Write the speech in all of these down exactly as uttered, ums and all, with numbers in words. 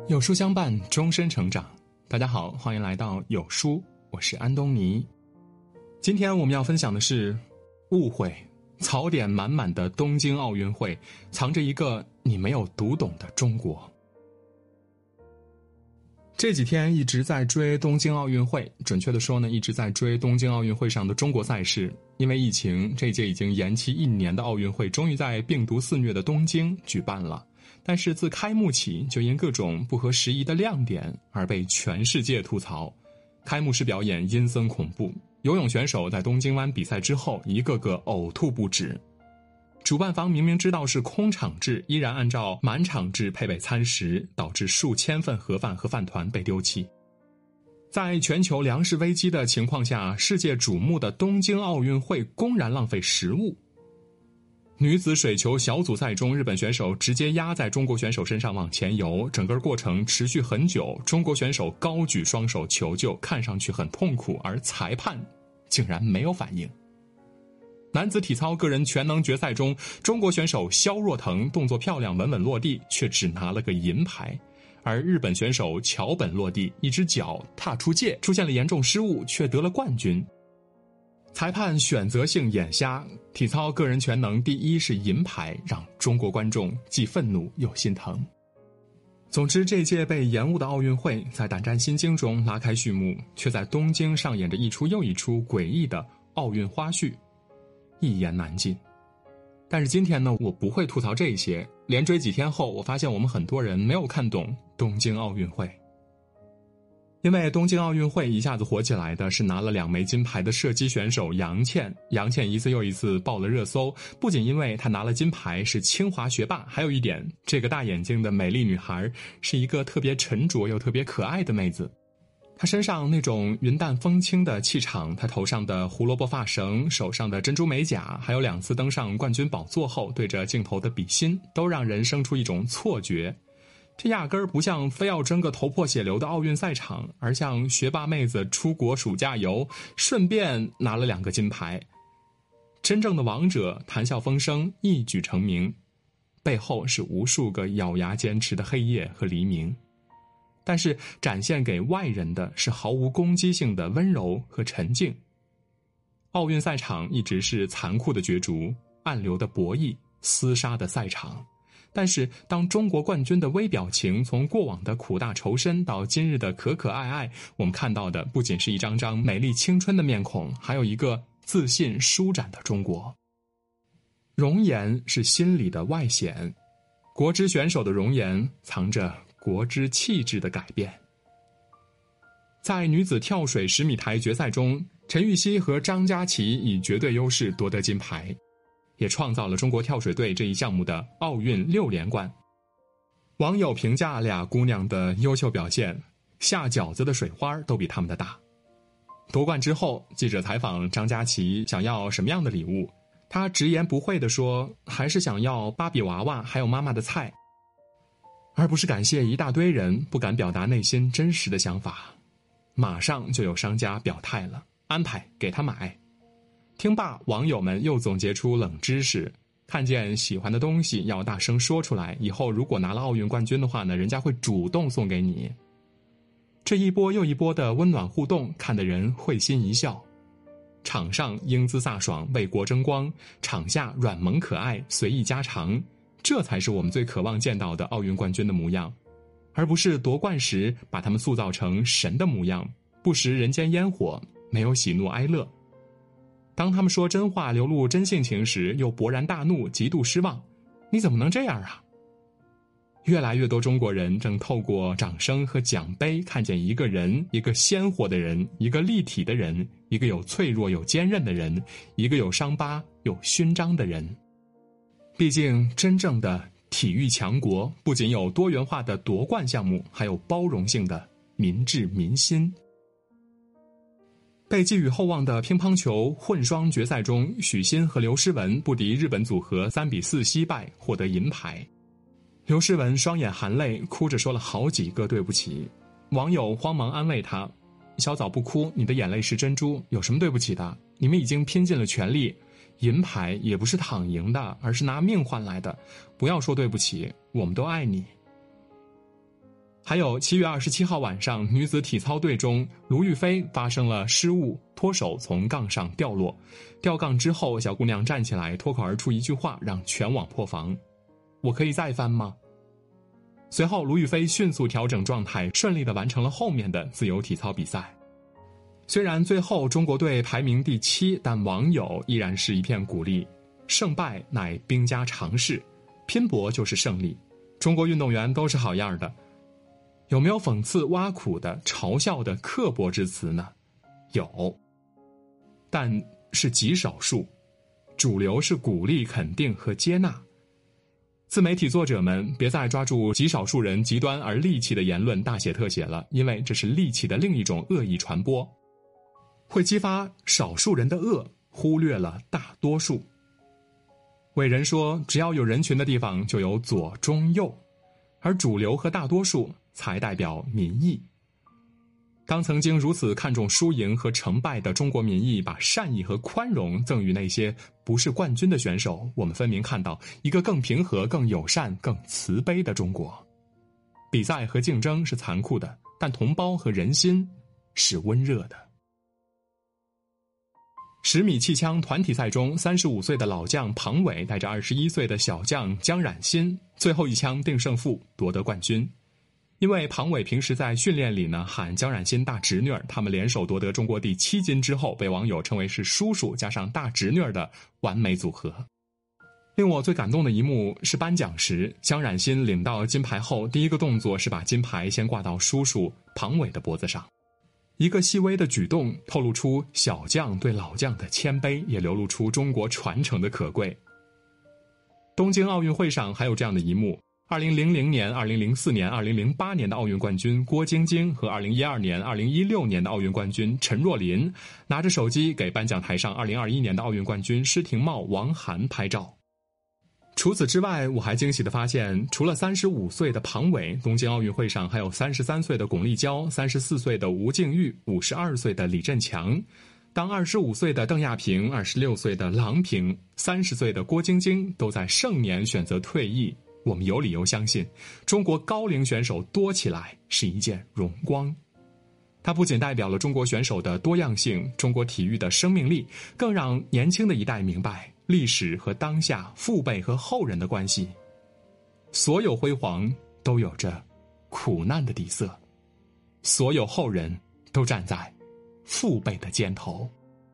有书相伴，终身成长。大家好，欢迎来到有书，我是安东尼。今天我们要分享的是误会，槽点满满的东京奥运会，藏着一个你没有读懂的中国。这几天一直在追东京奥运会，准确的说呢，一直在追东京奥运会上的中国赛事。因为疫情，这届已经延期一年的奥运会终于在病毒肆虐的东京举办了。但是自开幕起就因各种不合时宜的亮点而被全世界吐槽。开幕式表演阴森恐怖，游泳选手在东京湾比赛之后一个个呕吐不止。主办方明明知道是空场制，依然按照满场制配备餐食，导致数千份盒饭和饭团被丢弃。在全球粮食危机的情况下，世界瞩目的东京奥运会公然浪费食物。女子水球小组赛中，日本选手直接压在中国选手身上往前游，整个过程持续很久，中国选手高举双手求救，看上去很痛苦，而裁判竟然没有反应。男子体操个人全能决赛中，中国选手肖若腾动作漂亮，稳稳落地，却只拿了个银牌，而日本选手桥本落地，一只脚踏出界，出现了严重失误，却得了冠军。裁判选择性眼瞎，体操个人全能第一是银牌，让中国观众既愤怒又心疼。总之，这届被延误的奥运会在胆战心惊中拉开序幕，却在东京上演着一出又一出诡异的奥运花絮，一言难尽。但是今天呢，我不会吐槽这些，连追几天后，我发现我们很多人没有看懂东京奥运会。因为东京奥运会一下子火起来的是拿了两枚金牌的射击选手杨倩，杨倩一次又一次爆了热搜，不仅因为她拿了金牌是清华学霸，还有一点，这个大眼睛的美丽女孩是一个特别沉着又特别可爱的妹子。她身上那种云淡风轻的气场，她头上的胡萝卜发绳，手上的珍珠美甲，还有两次登上冠军宝座后对着镜头的比心，都让人生出一种错觉。这压根儿不像非要争个头破血流的奥运赛场，而像学霸妹子出国暑假游，顺便拿了两个金牌。真正的王者谈笑风生，一举成名，背后是无数个咬牙坚持的黑夜和黎明。但是展现给外人的是毫无攻击性的温柔和沉静。奥运赛场一直是残酷的角逐，暗流的博弈，厮杀的赛场。但是当中国冠军的微表情从过往的苦大仇深到今日的可可爱爱，我们看到的不仅是一张张美丽青春的面孔，还有一个自信舒展的中国。容颜是心理的外显，国之选手的容颜藏着国之气质的改变。在女子跳水十米台决赛中，陈芋汐和张家齐以绝对优势夺得金牌，也创造了中国跳水队这一项目的奥运六连冠。网友评价俩姑娘的优秀表现，下饺子的水花都比他们的大。夺冠之后，记者采访张家齐想要什么样的礼物，她直言不讳地说，还是想要芭比娃娃还有妈妈的菜，而不是感谢一大堆人不敢表达内心真实的想法。马上就有商家表态了，安排给她买。听罢，网友们又总结出冷知识，看见喜欢的东西要大声说出来，以后如果拿了奥运冠军的话呢，人家会主动送给你。这一波又一波的温暖互动，看得人会心一笑。场上英姿飒爽，为国争光，场下软萌可爱，随意家常，这才是我们最渴望见到的奥运冠军的模样，而不是夺冠时把他们塑造成神的模样，不食人间烟火，没有喜怒哀乐。当他们说真话流露真性情时，又勃然大怒，极度失望。你怎么能这样啊？越来越多中国人正透过掌声和奖杯看见一个人，一个鲜活的人，一个立体的人，一个有脆弱有坚韧的人，一个有伤疤有勋章的人。毕竟真正的体育强国不仅有多元化的夺冠项目，还有包容性的民智民心。被寄予厚望的乒乓球混双决赛中，许昕和刘诗雯不敌日本组合三比四惜败，获得银牌。刘诗雯双眼含泪，哭着说了好几个对不起。网友慌忙安慰她，小枣不哭，你的眼泪是珍珠，有什么对不起的？你们已经拼尽了全力，银牌也不是躺赢的，而是拿命换来的，不要说对不起，我们都爱你。 还有七月二十七号晚上，女子体操队中，卢玉飞发生了失误，脱手从杠上掉落。掉杠之后，小姑娘站起来，脱口而出一句话，让全网破防：“我可以再翻吗？”随后，卢玉飞迅速调整状态，顺利地完成了后面的自由体操比赛。虽然最后中国队排名第七，但网友依然是一片鼓励：胜败乃兵家常事，拼搏就是胜利。中国运动员都是好样的。有没有讽刺、挖苦的、嘲笑的刻薄之词呢？有，但是极少数。主流是鼓励、肯定和接纳。自媒体作者们别再抓住极少数人极端而戾气的言论大写特写了，因为这是戾气的另一种恶意传播，会激发少数人的恶，忽略了大多数。伟人说，只要有人群的地方就有左中右，而主流和大多数才代表民意。当曾经如此看重输赢和成败的中国民意把善意和宽容赠予那些不是冠军的选手，我们分明看到一个更平和、更友善、更慈悲的中国。比赛和竞争是残酷的，但同胞和人心是温热的。十米气枪团体赛中，三十五岁的老将庞伟带着二十一岁的小将姜冉馨，最后一枪定胜负，夺得冠军。因为庞伟平时在训练里呢喊姜冉馨大侄女儿，他们联手夺得中国第七金之后，被网友称为是叔叔加上大侄女儿的完美组合。令我最感动的一幕是颁奖时，姜冉馨领到金牌后，第一个动作是把金牌先挂到叔叔庞伟的脖子上。一个细微的举动透露出小将对老将的谦卑，也流露出中国传承的可贵。东京奥运会上还有这样的一幕，二零零零年、二零零四年、二零零八年的奥运冠军郭晶晶和二零一二年、二零一六年的奥运冠军陈若琳拿着手机给颁奖台上二零二一年的奥运冠军施廷懋、王涵拍照。除此之外，我还惊喜地发现，除了三十五岁的庞伟，东京奥运会上还有三十三岁的巩立姣、三十四岁的吴静钰、五十二岁的李振强。当二十五岁的邓亚萍、二十六岁的郎平、三十岁的郭晶晶都在盛年选择退役，我们有理由相信，中国高龄选手多起来是一件荣光。它不仅代表了中国选手的多样性、中国体育的生命力，更让年轻的一代明白历史和当下、父辈和后人的关系。所有辉煌都有着苦难的底色，所有后人都站在父辈的肩头。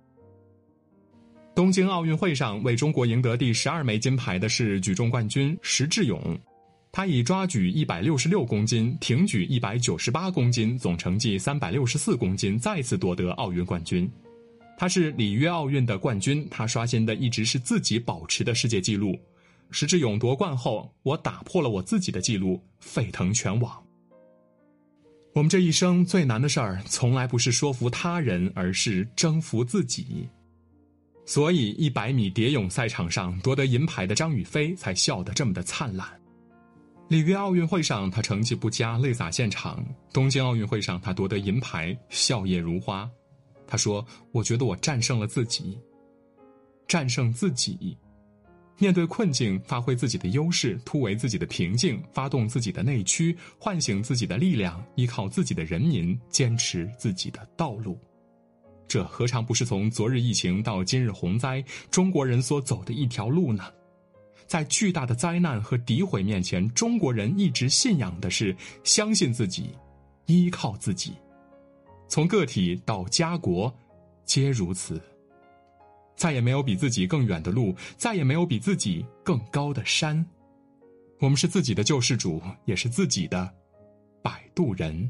东京奥运会上为中国赢得第十二枚金牌的是举重冠军石智勇，他以抓举一百六十六公斤、挺举一百九十八公斤，总成绩三百六十四公斤，再次夺得奥运冠军。他是里约奥运的冠军，他刷新的一直是自己保持的世界纪录。石智勇夺冠后，我打破了我自己的纪录，沸腾全网。我们这一生最难的事儿，从来不是说服他人，而是征服自己。所以一百米蝶泳赛场上夺得银牌的张雨霏才笑得这么的灿烂。里约奥运会上他成绩不佳，泪洒现场。东京奥运会上他夺得银牌，笑靥如花。他说，我觉得我战胜了自己。战胜自己，面对困境，发挥自己的优势，突围自己的瓶颈，发动自己的内驱，唤醒自己的力量，依靠自己的人民，坚持自己的道路。这何尝不是从昨日疫情到今日洪灾，中国人所走的一条路呢？在巨大的灾难和诋毁面前，中国人一直信仰的是相信自己，依靠自己。从个体到家国，皆如此。再也没有比自己更远的路，再也没有比自己更高的山。我们是自己的救世主，也是自己的摆渡人。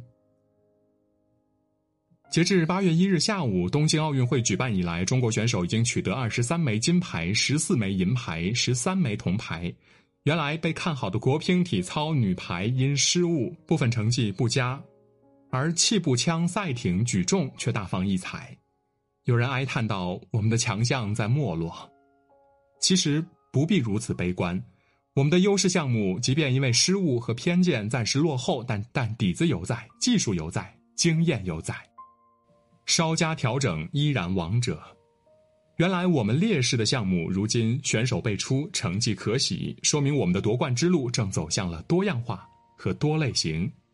截至八月一日下午，东京奥运会举办以来，中国选手已经取得二十三枚金牌、十四枚银牌、十三枚铜牌。原来被看好的国乒体操女排因失误，部分成绩不佳，而气步枪、赛艇、举重却大放异彩。有人哀叹道，我们的强项在没落。其实不必如此悲观，我们的优势项目即便因为失误和偏见暂时落后，但但底子犹在，技术犹在，经验犹在，稍加调整依然王者。原来我们劣势的项目，如今选手辈出，成绩可喜，说明我们的夺冠之路正走向了多样化和多类型。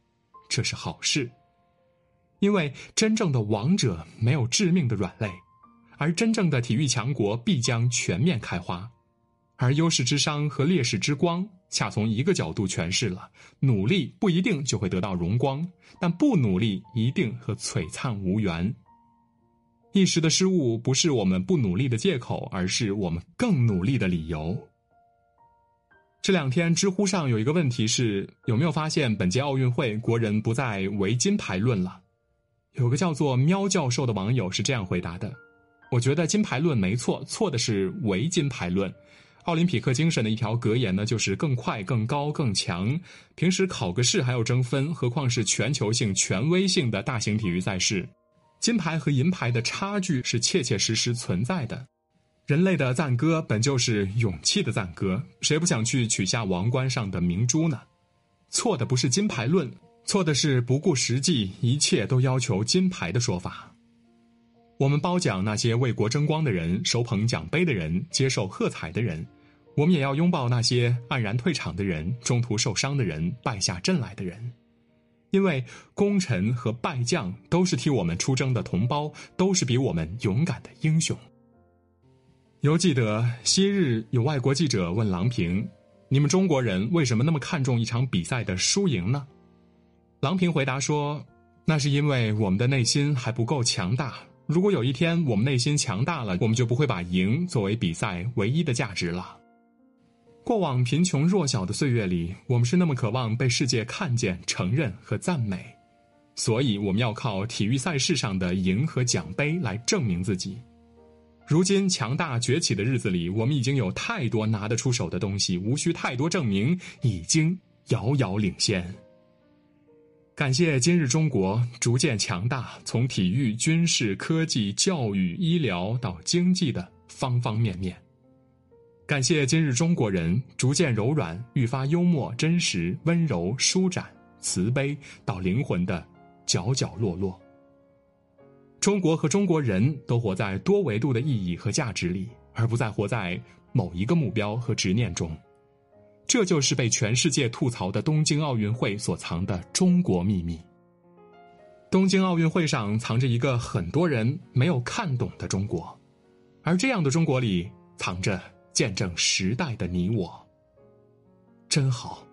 这是好事。因为真正的王者没有致命的软肋，而真正的体育强国必将全面开花。而优势之商和劣势之光恰从一个角度诠释了，努力不一定就会得到荣光，但不努力一定和璀璨无缘。一时的失误不是我们不努力的借口，而是我们更努力的理由。这两天知乎上有一个问题是，有没有发现本届奥运会国人不再唯金牌论了？有个叫做喵教授的网友是这样回答的：我觉得金牌论没错，错的是唯金牌论。奥林匹克精神的一条格言呢，就是更快、更高、更强。平时考个试还要争分，何况是全球性、权威性的大型体育赛事？金牌和银牌的差距是切切实实存在的。人类的赞歌本就是勇气的赞歌，谁不想去取下王冠上的明珠呢？错的不是金牌论，错的是不顾实际，一切都要求金牌的说法。我们褒奖那些为国争光的人，手捧奖杯的人，接受喝彩的人，我们也要拥抱那些黯然退场的人，中途受伤的人，败下阵来的人。因为功臣和败将都是替我们出征的同胞，都是比我们勇敢的英雄。犹记得昔日有外国记者问郎平，你们中国人为什么那么看重一场比赛的输赢呢？郎平回答说，那是因为我们的内心还不够强大，如果有一天我们内心强大了，我们就不会把赢作为比赛唯一的价值了。过往贫穷弱小的岁月里，我们是那么渴望被世界看见、承认和赞美，所以我们要靠体育赛事上的赢和奖杯来证明自己。如今强大崛起的日子里，我们已经有太多拿得出手的东西，无需太多证明，已经遥遥领先。感谢今日中国逐渐强大，从体育、军事、科技、教育、医疗到经济的方方面面。感谢今日中国人逐渐柔软，愈发幽默、真实、温柔、舒展、慈悲到灵魂的角角落落。中国和中国人都活在多维度的意义和价值里，而不再活在某一个目标和执念中。这就是被全世界吐槽的东京奥运会所藏的中国秘密。东京奥运会上藏着一个很多人没有看懂的中国，而这样的中国里藏着见证时代的你我，真好。